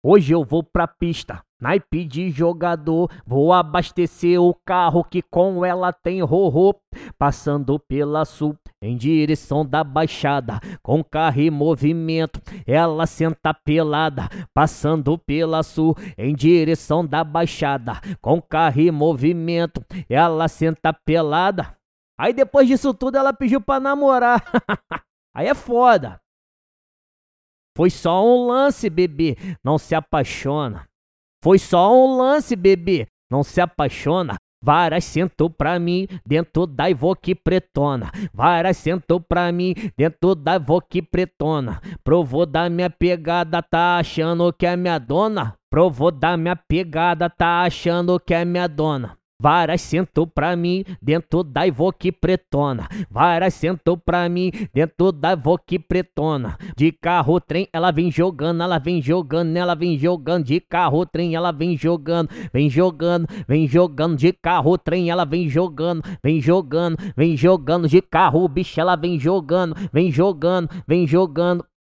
Hoje eu vou pra pista, naipe de jogador. Vou abastecer o carro que com ela tem rorô. Passando pela sul, em direção da baixada, com carro em movimento, ela senta pelada. Passando pela sul, em direção da baixada, com carro em movimento, ela senta pelada. Aí depois disso tudo ela pediu pra namorar. Aí é foda. Foi só um lance, bebê, não se apaixona. Foi só um lance, bebê, não se apaixona. Varas sentou pra mim dentro da Evoque pretona. Varas sentou pra mim dentro da Evoque pretona. Provou da minha pegada, tá achando que é minha dona? Provou da minha pegada, tá achando que é minha dona? Varas sentou pra mim dentro da Evoque pretona. Varas sentou pra mim dentro da Evoque pretona. De carro trem ela vem jogando, ela vem jogando, ela vem jogando. De carro trem ela vem jogando, vem jogando, vem jogando. De carro trem ela vem jogando, vem jogando, vem jogando. De carro bicho ela vem jogando, vem jogando, vem jogando.